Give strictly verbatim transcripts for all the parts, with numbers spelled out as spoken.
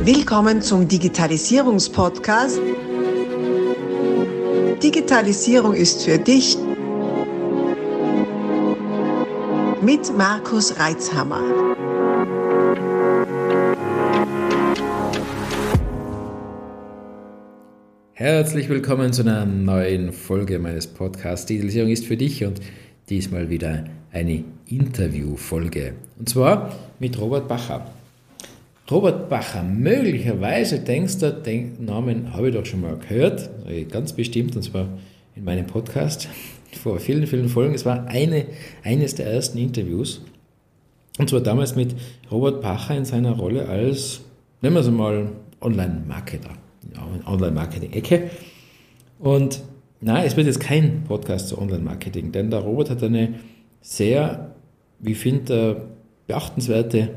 Willkommen zum Digitalisierungspodcast. Digitalisierung ist für dich mit Markus Reitzhammer. Herzlich willkommen zu einer neuen Folge meines Podcasts Digitalisierung ist für dich und diesmal wieder eine Interviewfolge. Und zwar mit Robert Bacher. Robert Bacher, möglicherweise denkst du, den Namen habe ich doch schon mal gehört, ganz bestimmt, und zwar in meinem Podcast vor vielen, vielen Folgen. Es war eine, eines der ersten Interviews, und zwar damals mit Robert Bacher in seiner Rolle als, nennen wir es mal, Online-Marketer, Online-Marketing-Ecke. Und nein, es wird jetzt kein Podcast zu Online-Marketing, denn der Robert hat eine sehr, wie ich finde, beachtenswerte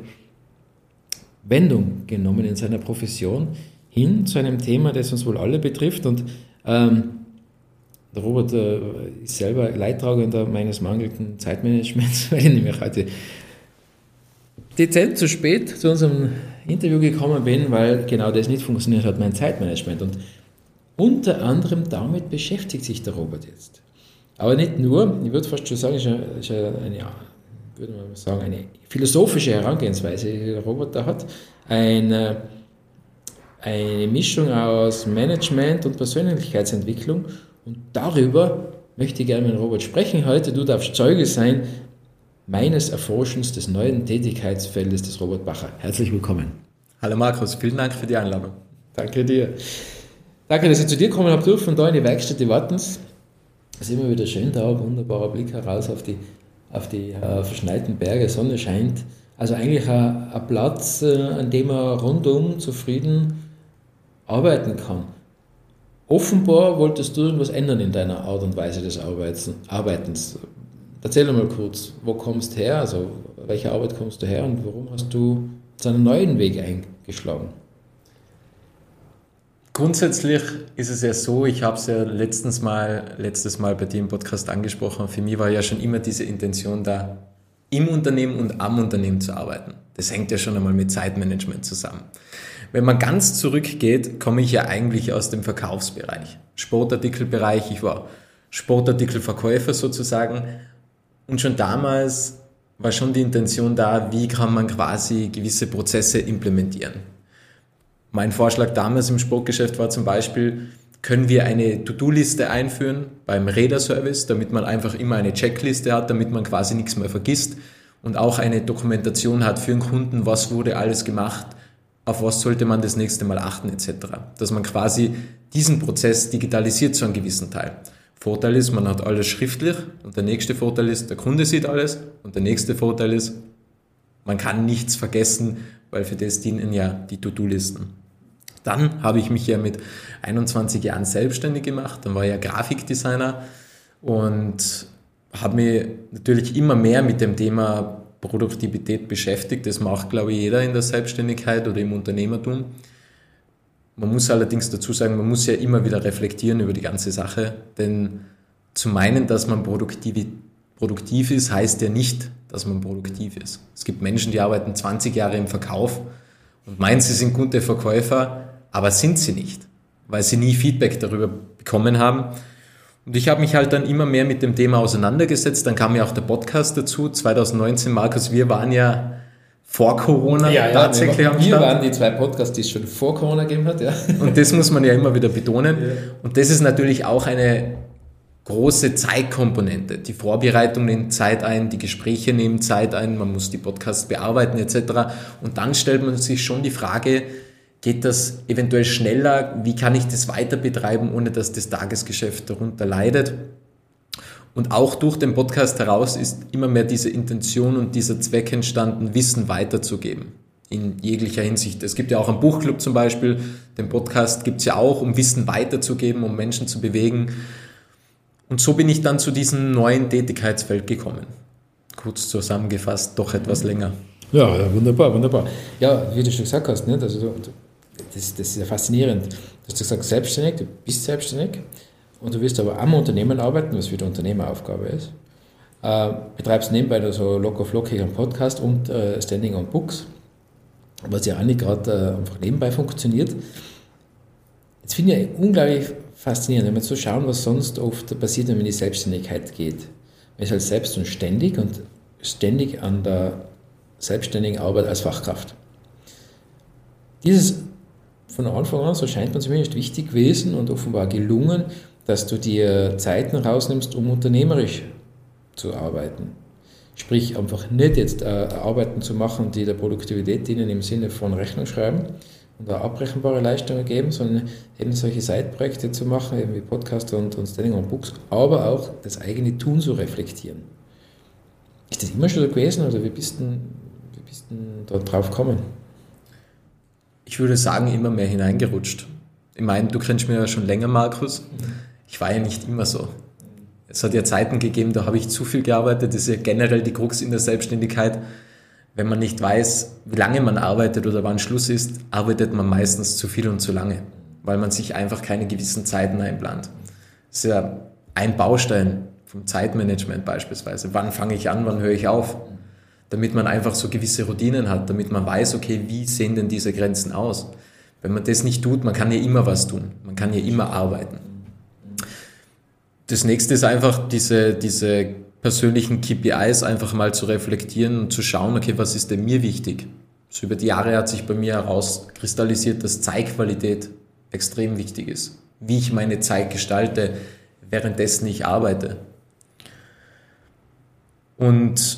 Wendung genommen in seiner Profession hin zu einem Thema, das uns wohl alle betrifft. Und ähm, der Robert äh, ist selber Leidtragender meines mangelnden Zeitmanagements, weil ich nämlich heute dezent zu spät zu unserem Interview gekommen bin, weil genau das nicht funktioniert hat, mein Zeitmanagement. Und unter anderem damit beschäftigt sich der Robert jetzt. Aber nicht nur, ich würde fast schon sagen, ist eine, ist eine, würde man sagen, eine philosophische Herangehensweise, die der Robert da hat. Eine, eine Mischung aus Management und Persönlichkeitsentwicklung. Und darüber möchte ich gerne mit Robert sprechen heute. Du darfst Zeuge sein meines Erforschens des neuen Tätigkeitsfeldes des Robert Bacher. Herzlich willkommen. Hallo Markus, vielen Dank für die Einladung. Danke dir. Danke, dass ich zu dir kommen habe dürfen, da in die Werkstatt die Wartens. Es ist immer wieder schön da, wunderbarer Blick heraus auf die, auf die äh, verschneiten Berge, Sonne scheint. Also eigentlich ein, ein Platz, äh, an dem man rundum zufrieden arbeiten kann. Offenbar wolltest du irgendwas ändern in deiner Art und Weise des Arbeitens. Arbeitens. Erzähl mal kurz, wo kommst du her, also welche Arbeit kommst du her und warum hast du zu einem neuen Weg eingeschlagen? Grundsätzlich ist es ja so, ich habe es ja letztens mal, letztes Mal bei dir im Podcast angesprochen, für mich war ja schon immer diese Intention da, im Unternehmen und am Unternehmen zu arbeiten. Das hängt ja schon einmal mit Zeitmanagement zusammen. Wenn man ganz zurückgeht, komme ich ja eigentlich aus dem Verkaufsbereich, Sportartikelbereich, ich war Sportartikelverkäufer sozusagen und schon damals war schon die Intention da, wie kann man quasi gewisse Prozesse implementieren. Mein Vorschlag damals im Sportgeschäft war zum Beispiel, können wir eine To-Do-Liste einführen beim Räderservice, damit man einfach immer eine Checkliste hat, damit man quasi nichts mehr vergisst und auch eine Dokumentation hat für den Kunden, was wurde alles gemacht, auf was sollte man das nächste Mal achten et cetera. Dass man quasi diesen Prozess digitalisiert zu einem gewissen Teil. Vorteil ist, man hat alles schriftlich und der nächste Vorteil ist, der Kunde sieht alles und der nächste Vorteil ist, man kann nichts vergessen, weil für das dienen ja die To-Do-Listen. Dann habe ich mich ja mit einundzwanzig Jahren selbstständig gemacht, dann war ich ja Grafikdesigner und habe mich natürlich immer mehr mit dem Thema Produktivität beschäftigt. Das macht, glaube ich, jeder in der Selbstständigkeit oder im Unternehmertum. Man muss allerdings dazu sagen, man muss ja immer wieder reflektieren über die ganze Sache, denn zu meinen, dass man produktiv, produktiv ist, heißt ja nicht, dass man produktiv ist. Es gibt Menschen, die arbeiten zwanzig Jahre im Verkauf und meinen, sie sind gute Verkäufer, aber sind sie nicht, weil sie nie Feedback darüber bekommen haben. Und ich habe mich halt dann immer mehr mit dem Thema auseinandergesetzt. Dann kam ja auch der Podcast dazu, zwanzig neunzehn. Markus, wir waren ja vor Corona ja, ja, tatsächlich wir, am wir Start. Wir waren die zwei Podcasts, die es schon vor Corona gegeben hat. Ja. Und das muss man ja immer wieder betonen. Ja. Und das ist natürlich auch eine große Zeitkomponente. Die Vorbereitung nimmt Zeit ein, die Gespräche nehmen Zeit ein, man muss die Podcasts bearbeiten et cetera. Und dann stellt man sich schon die Frage, geht das eventuell schneller? Wie kann ich das weiter betreiben, ohne dass das Tagesgeschäft darunter leidet? Und auch durch den Podcast heraus ist immer mehr diese Intention und dieser Zweck entstanden, Wissen weiterzugeben. In jeglicher Hinsicht. Es gibt ja auch einen Buchclub zum Beispiel, den Podcast gibt es ja auch, um Wissen weiterzugeben, um Menschen zu bewegen. Und so bin ich dann zu diesem neuen Tätigkeitsfeld gekommen. Kurz zusammengefasst, doch etwas länger. Ja, ja, wunderbar, wunderbar. Ja, wie du schon gesagt hast, nicht? Also, das, das ist ja faszinierend. Du hast gesagt, selbstständig, du bist selbstständig und du wirst aber am Unternehmen arbeiten, was wieder Unternehmeraufgabe ist. Äh, betreibst nebenbei so locker flockig einen Podcast und äh, Standing on Books. was ja auch nicht gerade äh, einfach nebenbei funktioniert. Jetzt finde ich unglaublich faszinierend, wenn wir so schauen, was sonst oft passiert, wenn man in die Selbstständigkeit geht. Man ist halt selbst und ständig und ständig an der selbstständigen Arbeit als Fachkraft. Dieses von Anfang an, so scheint man zumindest, wichtig gewesen und offenbar gelungen, dass du dir Zeiten rausnimmst, um unternehmerisch zu arbeiten. Sprich, einfach nicht jetzt äh, Arbeiten zu machen, die der Produktivität dienen im Sinne von Rechnung schreiben und eine abbrechenbare Leistungen geben, sondern eben solche Side-Projekte zu machen, eben wie Podcast und, und Standing on Books, aber auch das eigene Tun zu reflektieren. Ist das immer schon so gewesen oder wie bist du wie bist du da drauf gekommen? Ich würde sagen, immer mehr hineingerutscht. Ich meine, du kennst mich ja schon länger, Markus. Ich war ja nicht immer so. Es hat ja Zeiten gegeben, da habe ich zu viel gearbeitet. Das ist ja generell die Krux in der Selbstständigkeit. Wenn man nicht weiß, wie lange man arbeitet oder wann Schluss ist, arbeitet man meistens zu viel und zu lange, weil man sich einfach keine gewissen Zeiten einplant. Das ist ja ein Baustein vom Zeitmanagement beispielsweise. Wann fange ich an, wann höre ich auf? Damit man einfach so gewisse Routinen hat, damit man weiß, okay, wie sehen denn diese Grenzen aus? Wenn man das nicht tut, man kann ja immer was tun, man kann ja immer arbeiten. Das nächste ist einfach diese, diese persönlichen K P Is einfach mal zu reflektieren und zu schauen, okay, was ist denn mir wichtig? So über die Jahre hat sich bei mir herauskristallisiert, dass Zeitqualität extrem wichtig ist. Wie ich meine Zeit gestalte, währenddessen ich arbeite. Und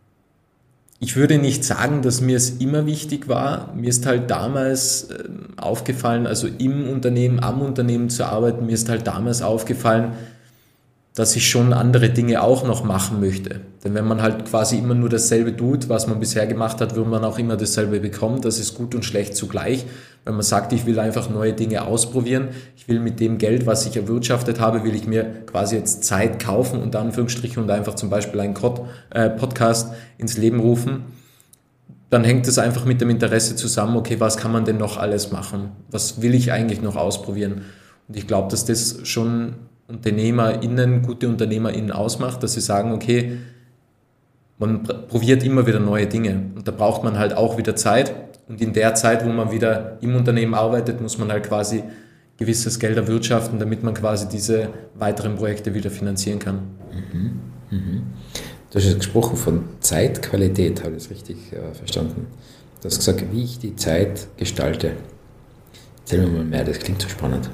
ich würde nicht sagen, dass mir es immer wichtig war. Mir ist halt damals äh, aufgefallen, also im Unternehmen, am Unternehmen zu arbeiten, mir ist halt damals aufgefallen, dass ich schon andere Dinge auch noch machen möchte. Denn wenn man halt quasi immer nur dasselbe tut, was man bisher gemacht hat, wird man auch immer dasselbe bekommen. Das ist gut und schlecht zugleich. Wenn man sagt, ich will einfach neue Dinge ausprobieren, ich will mit dem Geld, was ich erwirtschaftet habe, will ich mir quasi jetzt Zeit kaufen, unter Anführungsstrichen, und einfach zum Beispiel einen Podcast ins Leben rufen, dann hängt es einfach mit dem Interesse zusammen, okay, was kann man denn noch alles machen? Was will ich eigentlich noch ausprobieren? Und ich glaube, dass das schon UnternehmerInnen, gute UnternehmerInnen ausmacht, dass sie sagen, okay, man probiert immer wieder neue Dinge und da braucht man halt auch wieder Zeit und in der Zeit, wo man wieder im Unternehmen arbeitet, muss man halt quasi gewisses Geld erwirtschaften, damit man quasi diese weiteren Projekte wieder finanzieren kann. Mhm. Mhm. Du hast jetzt gesprochen von Zeitqualität, habe ich das richtig äh, verstanden? Du hast gesagt, wie ich die Zeit gestalte. Erzähl mir mal mehr, das klingt so spannend.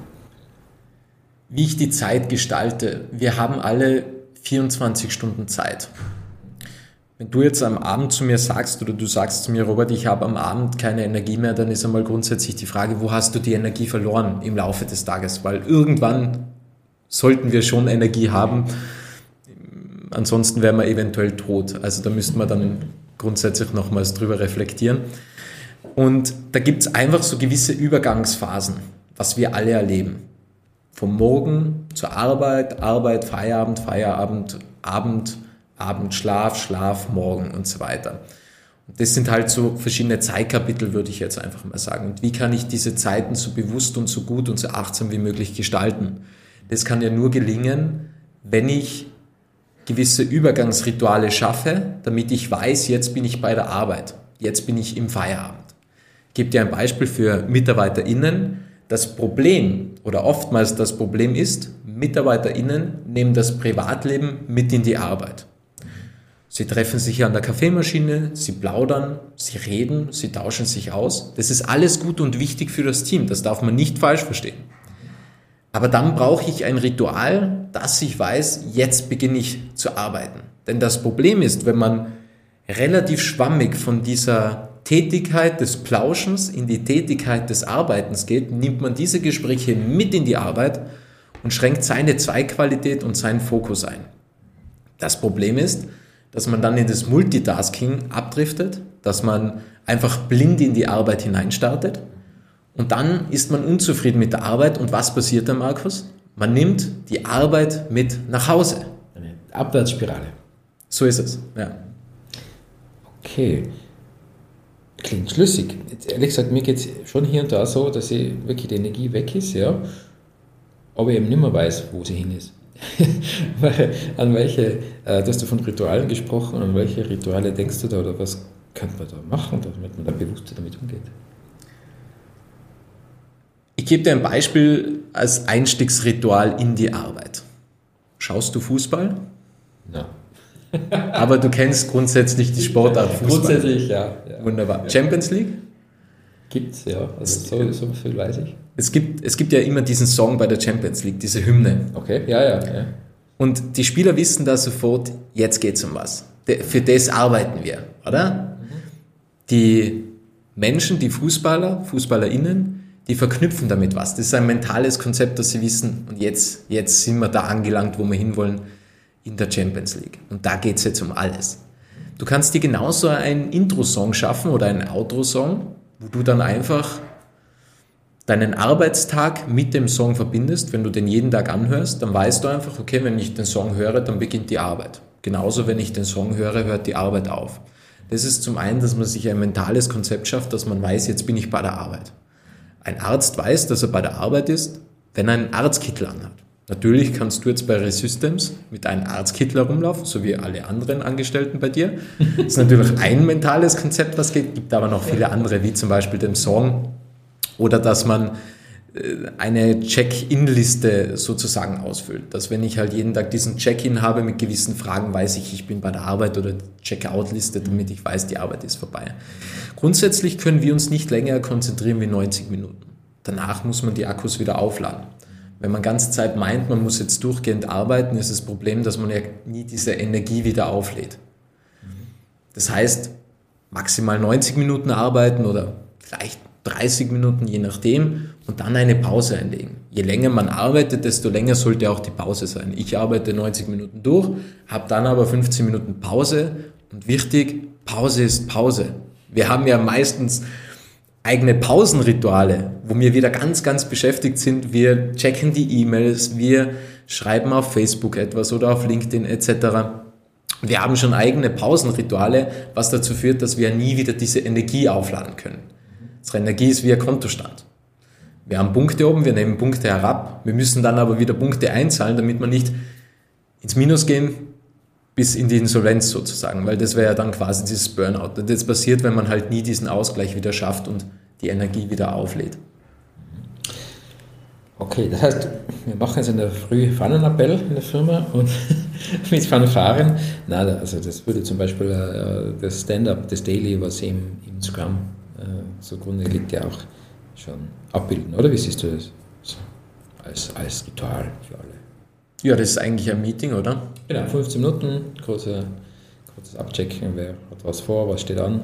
Wie ich die Zeit gestalte. Wir haben alle vierundzwanzig Stunden Zeit. Wenn du jetzt am Abend zu mir sagst oder du sagst zu mir, Robert, ich habe am Abend keine Energie mehr, dann ist einmal grundsätzlich die Frage, wo hast du die Energie verloren im Laufe des Tages? Weil irgendwann sollten wir schon Energie haben, ansonsten wären wir eventuell tot. Also da müssten wir dann grundsätzlich nochmals drüber reflektieren. Und da gibt es einfach so gewisse Übergangsphasen, was wir alle erleben. Vom Morgen zur Arbeit, Arbeit, Feierabend, Feierabend, Abend, Abend, Schlaf, Schlaf, Morgen und so weiter. Und das sind halt so verschiedene Zeitkapitel, würde ich jetzt einfach mal sagen. Und wie kann ich diese Zeiten so bewusst und so gut und so achtsam wie möglich gestalten? Das kann ja nur gelingen, wenn ich gewisse Übergangsrituale schaffe, damit ich weiß, jetzt bin ich bei der Arbeit, jetzt bin ich im Feierabend. Ich gebe dir ein Beispiel für MitarbeiterInnen. Das Problem oder oftmals das Problem ist, MitarbeiterInnen nehmen das Privatleben mit in die Arbeit. Sie treffen sich an der Kaffeemaschine, sie plaudern, sie reden, sie tauschen sich aus. Das ist alles gut und wichtig für das Team, das darf man nicht falsch verstehen. Aber dann brauche ich ein Ritual, dass ich weiß, jetzt beginne ich zu arbeiten. Denn das Problem ist, wenn man relativ schwammig von dieser Tätigkeit des Plauschens in die Tätigkeit des Arbeitens geht, nimmt man diese Gespräche mit in die Arbeit und schränkt seine Zweigqualität und seinen Fokus ein. Das Problem ist, dass man dann in das Multitasking abdriftet, dass man einfach blind in die Arbeit hineinstartet und dann ist man unzufrieden mit der Arbeit und was passiert dann, Markus? Man nimmt die Arbeit mit nach Hause. Eine Abwärtsspirale. So ist es, ja. Okay. Klingt schlüssig. Jetzt, ehrlich gesagt, mir geht es schon hier und da so, dass ich wirklich die Energie weg ist, ja, aber ich eben nicht mehr weiß, wo sie hin ist. Weil, an welche, äh, du hast du von Ritualen gesprochen, an welche Rituale denkst du da oder was könnte man da machen, damit man da bewusster damit umgeht? Ich gebe dir ein Beispiel als Einstiegsritual in die Arbeit. Schaust du Fußball? Ja. Aber du kennst grundsätzlich die Sportart Fußball. Grundsätzlich, ja. ja. Wunderbar. Champions League? Gibt's, ja. Also so, so viel weiß ich. Es gibt, es gibt ja immer diesen Song bei der Champions League, diese Hymne. Okay, ja, ja. ja. Und die Spieler wissen da sofort, jetzt geht's um was. Für das arbeiten wir, oder? Mhm. Die Menschen, die Fußballer, FußballerInnen, die verknüpfen damit was. Das ist ein mentales Konzept, dass sie wissen, und jetzt, jetzt sind wir da angelangt, wo wir hinwollen, in der Champions League. Und da geht es jetzt um alles. Du kannst dir genauso einen Intro-Song schaffen oder einen Outro-Song, wo du dann einfach deinen Arbeitstag mit dem Song verbindest. Wenn du den jeden Tag anhörst, dann weißt du einfach, okay, wenn ich den Song höre, dann beginnt die Arbeit. Genauso, wenn ich den Song höre, hört die Arbeit auf. Das ist zum einen, dass man sich ein mentales Konzept schafft, dass man weiß, jetzt bin ich bei der Arbeit. Ein Arzt weiß, dass er bei der Arbeit ist, wenn er einen Arztkittel anhat. Natürlich kannst du jetzt bei Resystems mit einem Arztkittel herumlaufen, so wie alle anderen Angestellten bei dir. Das ist natürlich ein mentales Konzept, was geht, gibt aber noch viele andere, wie zum Beispiel den Song oder dass man eine Check-in-Liste sozusagen ausfüllt. Dass wenn ich halt jeden Tag diesen Check-in habe mit gewissen Fragen, weiß ich, ich bin bei der Arbeit oder Check-out-Liste, damit ich weiß, die Arbeit ist vorbei. Grundsätzlich können wir uns nicht länger konzentrieren wie neunzig Minuten. Danach muss man die Akkus wieder aufladen. Wenn man ganze Zeit meint, man muss jetzt durchgehend arbeiten, ist das Problem, dass man ja nie diese Energie wieder auflädt. Das heißt, maximal neunzig Minuten arbeiten oder vielleicht dreißig Minuten, je nachdem, und dann eine Pause einlegen. Je länger man arbeitet, desto länger sollte auch die Pause sein. Ich arbeite neunzig Minuten durch, habe dann aber fünfzehn Minuten Pause und wichtig, Pause ist Pause. Wir haben ja meistens eigene Pausenrituale, wo wir wieder ganz, ganz beschäftigt sind. Wir checken die E-Mails, wir schreiben auf Facebook etwas oder auf LinkedIn et cetera. Wir haben schon eigene Pausenrituale, was dazu führt, dass wir nie wieder diese Energie aufladen können. Unsere Energie ist wie ein Kontostand. Wir haben Punkte oben, wir nehmen Punkte herab, wir müssen dann aber wieder Punkte einzahlen, damit wir nicht ins Minus gehen, bis in die Insolvenz sozusagen, weil das wäre ja dann quasi dieses Burnout. Und das passiert, wenn man halt nie diesen Ausgleich wieder schafft und die Energie wieder auflädt. Okay, das heißt, wir machen jetzt in der Früh Fannenappell in der Firma und mit Fanfaren. Nein, also das würde zum Beispiel äh, das Stand-up, das Daily, was im, im Scrum äh, zugrunde liegt, ja auch schon abbilden, oder? Wie siehst du das? So, als, als Ritual für alle. Ja, das ist eigentlich ein Meeting, oder? Genau, fünfzehn Minuten, kurze, kurzes Abchecken, wer hat was vor, was steht an.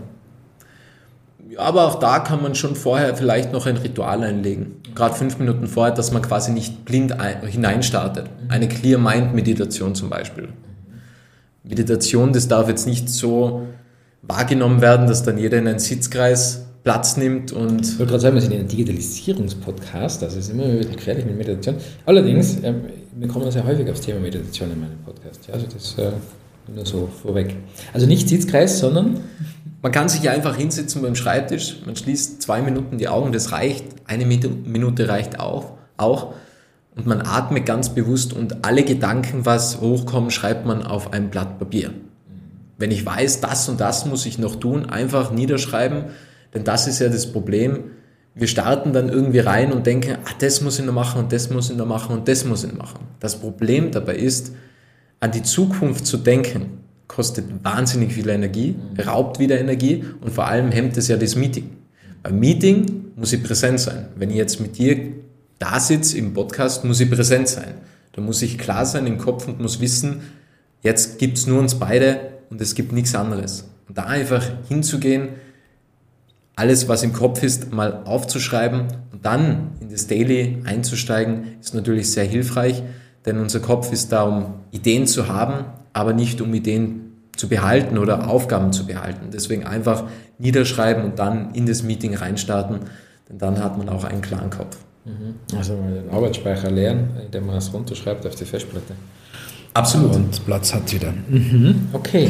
Ja, aber auch da kann man schon vorher vielleicht noch ein Ritual einlegen. Gerade fünf Minuten vorher, dass man quasi nicht blind ein, hineinstartet. Eine Clear-Mind-Meditation zum Beispiel. Meditation, das darf jetzt nicht so wahrgenommen werden, dass dann jeder in einen Sitzkreis Platz nimmt und... Ich wollte gerade sagen, wir sind in einem Digitalisierungspodcast, also es ist immer wieder gefährlich mit Meditation. Allerdings, ähm, wir kommen sehr häufig aufs Thema Meditation in meinem Podcast. Ja, also das äh, nur so vorweg. Also nicht Sitzkreis, sondern... Man kann sich einfach hinsetzen beim Schreibtisch, man schließt zwei Minuten die Augen, das reicht, eine Minute reicht auch, auch und man atmet ganz bewusst und alle Gedanken, was hochkommen, schreibt man auf ein Blatt Papier. Wenn ich weiß, das und das muss ich noch tun, einfach niederschreiben, denn das ist ja das Problem. Wir starten dann irgendwie rein und denken, ah, das muss ich noch machen und das muss ich noch machen und das muss ich noch machen. Das Problem dabei ist, an die Zukunft zu denken, kostet wahnsinnig viel Energie, raubt wieder Energie und vor allem hemmt es ja das Meeting. Beim Meeting muss ich präsent sein. Wenn ich jetzt mit dir da sitze im Podcast, muss ich präsent sein. Da muss ich klar sein im Kopf und muss wissen, jetzt gibt es nur uns beide und es gibt nichts anderes. Und da einfach hinzugehen, alles, was im Kopf ist, mal aufzuschreiben und dann in das Daily einzusteigen, ist natürlich sehr hilfreich, denn unser Kopf ist da, um Ideen zu haben, aber nicht um Ideen zu behalten oder Aufgaben zu behalten. Deswegen einfach niederschreiben und dann in das Meeting reinstarten, denn dann hat man auch einen klaren Kopf. Also den Arbeitsspeicher leeren, indem man es runterschreibt auf die Festplatte. Absolut. Und Platz hat wieder. Mhm. Okay.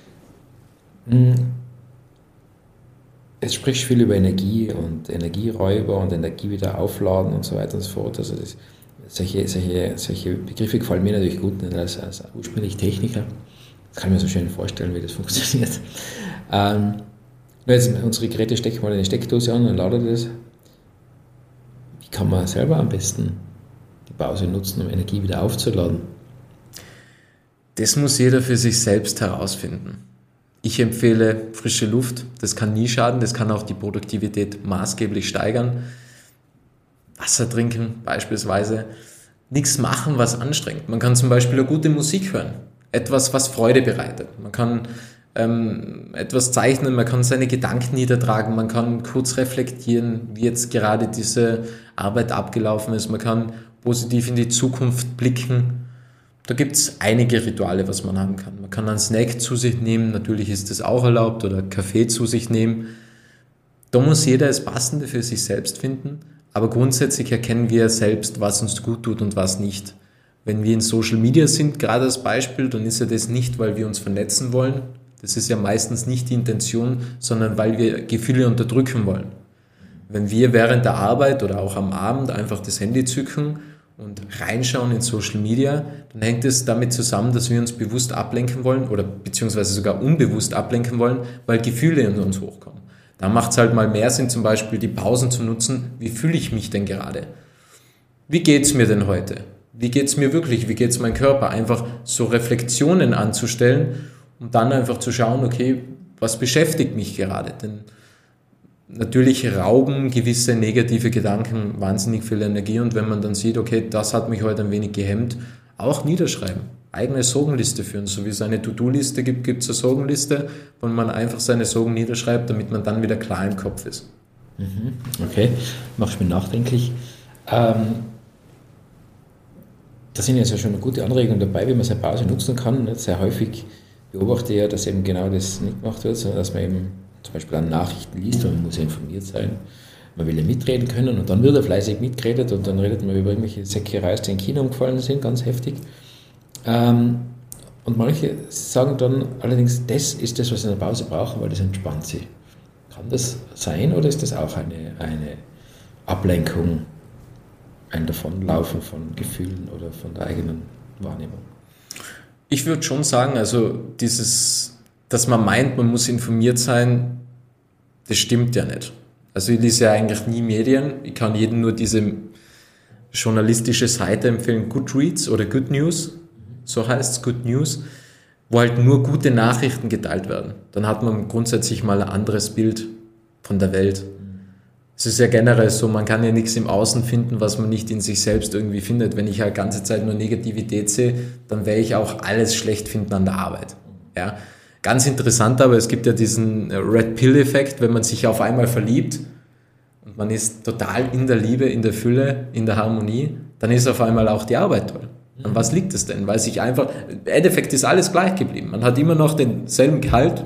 Jetzt sprichst du viel über Energie und Energieräuber und Energie wieder aufladen und so weiter und so fort. Also das, solche, solche, solche Begriffe gefallen mir natürlich gut, nicht als, als ursprünglich Techniker. Das kann ich mir so schön vorstellen, wie das funktioniert. Ähm, Jetzt, unsere Geräte stecken mal in eine Steckdose an und laden das. Wie kann man selber am besten die Pause nutzen, um Energie wieder aufzuladen? Das muss jeder für sich selbst herausfinden. Ich empfehle frische Luft, das kann nie schaden, das kann auch die Produktivität maßgeblich steigern. Wasser trinken beispielsweise, nichts machen, was anstrengt. Man kann zum Beispiel eine gute Musik hören, etwas, was Freude bereitet. Man kann ähm, etwas zeichnen, man kann seine Gedanken niedertragen, man kann kurz reflektieren, wie jetzt gerade diese Arbeit abgelaufen ist, man kann positiv in die Zukunft blicken. Da gibt es einige Rituale, was man haben kann. Man kann einen Snack zu sich nehmen, natürlich ist das auch erlaubt, oder Kaffee zu sich nehmen. Da muss jeder das Passende für sich selbst finden, aber grundsätzlich erkennen wir selbst, was uns gut tut und was nicht. Wenn wir in Social Media sind, gerade als Beispiel, dann ist ja das nicht, weil wir uns vernetzen wollen. Das ist ja meistens nicht die Intention, sondern weil wir Gefühle unterdrücken wollen. Wenn wir während der Arbeit oder auch am Abend einfach das Handy zücken und reinschauen in Social Media, dann hängt es damit zusammen, dass wir uns bewusst ablenken wollen oder beziehungsweise sogar unbewusst ablenken wollen, weil Gefühle in uns hochkommen. Da macht es halt mal mehr Sinn, zum Beispiel die Pausen zu nutzen. Wie fühle ich mich denn gerade? Wie geht es mir denn heute? Wie geht es mir wirklich? Wie geht es meinem Körper? Einfach so Reflexionen anzustellen und dann einfach zu schauen, okay, was beschäftigt mich gerade? Denn natürlich rauben gewisse negative Gedanken wahnsinnig viel Energie und wenn man dann sieht, okay, das hat mich heute ein wenig gehemmt, auch niederschreiben, eigene Sorgenliste führen. So wie es eine To-Do-Liste gibt, gibt es eine Sorgenliste, wo man einfach seine Sorgen niederschreibt, damit man dann wieder klar im Kopf ist. Okay, machst mich nachdenklich. Ähm, da sind jetzt ja schon eine gute Anregungen dabei, wie man seine Pause nutzen kann. Nicht sehr häufig beobachte ich ja, dass eben genau das nicht gemacht wird, sondern dass man eben zum Beispiel an Nachrichten liest und man muss ja informiert sein. Man will ja mitreden können und dann wird er fleißig mitgeredet und dann redet man über irgendwelche Säckereis, die im Kino umgefallen sind, ganz heftig. Ähm, und manche sagen dann allerdings, das ist das, was sie in der Pause brauchen, weil das entspannt sie. Kann das sein oder ist das auch eine, eine Ablenkung, ein Davonlaufen von Gefühlen oder von der eigenen Wahrnehmung? Ich würde schon sagen, also dieses, dass man meint, man muss informiert sein, das stimmt ja nicht. Also ich lese ja eigentlich nie Medien. Ich kann jedem nur diese journalistische Seite empfehlen, Goodreads oder Good News, so heißt es, Good News, wo halt nur gute Nachrichten geteilt werden. Dann hat man grundsätzlich mal ein anderes Bild von der Welt. Es ist ja generell so, man kann ja nichts im Außen finden, was man nicht in sich selbst irgendwie findet. Wenn ich halt ganze Zeit nur Negativität sehe, dann werde ich auch alles schlecht finden an der Arbeit. Ja. Ganz interessant aber, es gibt ja diesen Red Pill-Effekt, wenn man sich auf einmal verliebt und man ist total in der Liebe, in der Fülle, in der Harmonie, dann ist auf einmal auch die Arbeit toll. An was liegt es denn? Weil sich einfach, im Endeffekt ist alles gleich geblieben. Man hat immer noch denselben Gehalt,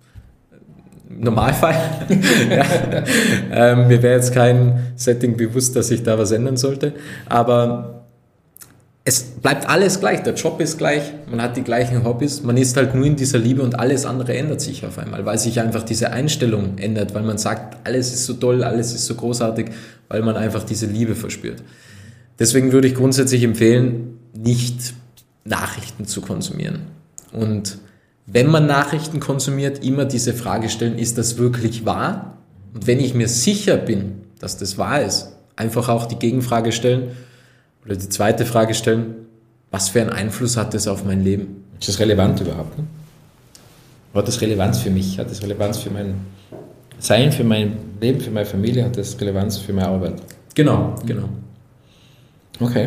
im Normalfall. ja. ähm, mir wäre jetzt kein Setting bewusst, dass sich da was ändern sollte, aber es bleibt alles gleich, der Job ist gleich, man hat die gleichen Hobbys, man ist halt nur in dieser Liebe und alles andere ändert sich auf einmal, weil sich einfach diese Einstellung ändert, weil man sagt, alles ist so toll, alles ist so großartig, weil man einfach diese Liebe verspürt. Deswegen würde ich grundsätzlich empfehlen, nicht Nachrichten zu konsumieren. Und wenn man Nachrichten konsumiert, immer diese Frage stellen, ist das wirklich wahr? Und wenn ich mir sicher bin, dass das wahr ist, einfach auch die Gegenfrage stellen, oder die zweite Frage stellen, was für einen Einfluss hat das auf mein Leben? Ist das relevant überhaupt? Ne? Hat das Relevanz für mich? Hat das Relevanz für mein Sein, für mein Leben, für meine Familie? Hat das Relevanz für meine Arbeit? Genau, genau. Okay.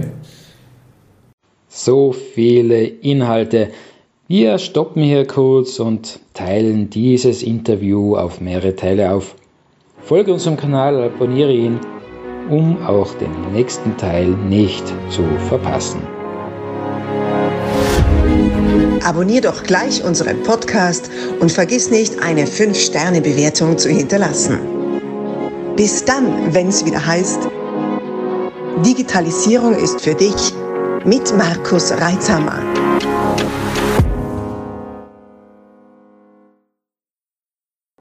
So viele Inhalte. Wir stoppen hier kurz und teilen dieses Interview auf mehrere Teile auf. Folge unserem Kanal, abonniere ihn, um auch den nächsten Teil nicht zu verpassen. Abonnier doch gleich unseren Podcast und vergiss nicht, eine fünf Sterne Bewertung zu hinterlassen. Bis dann, wenn es wieder heißt, Digitalisierung ist für dich mit Markus Reitzhammer.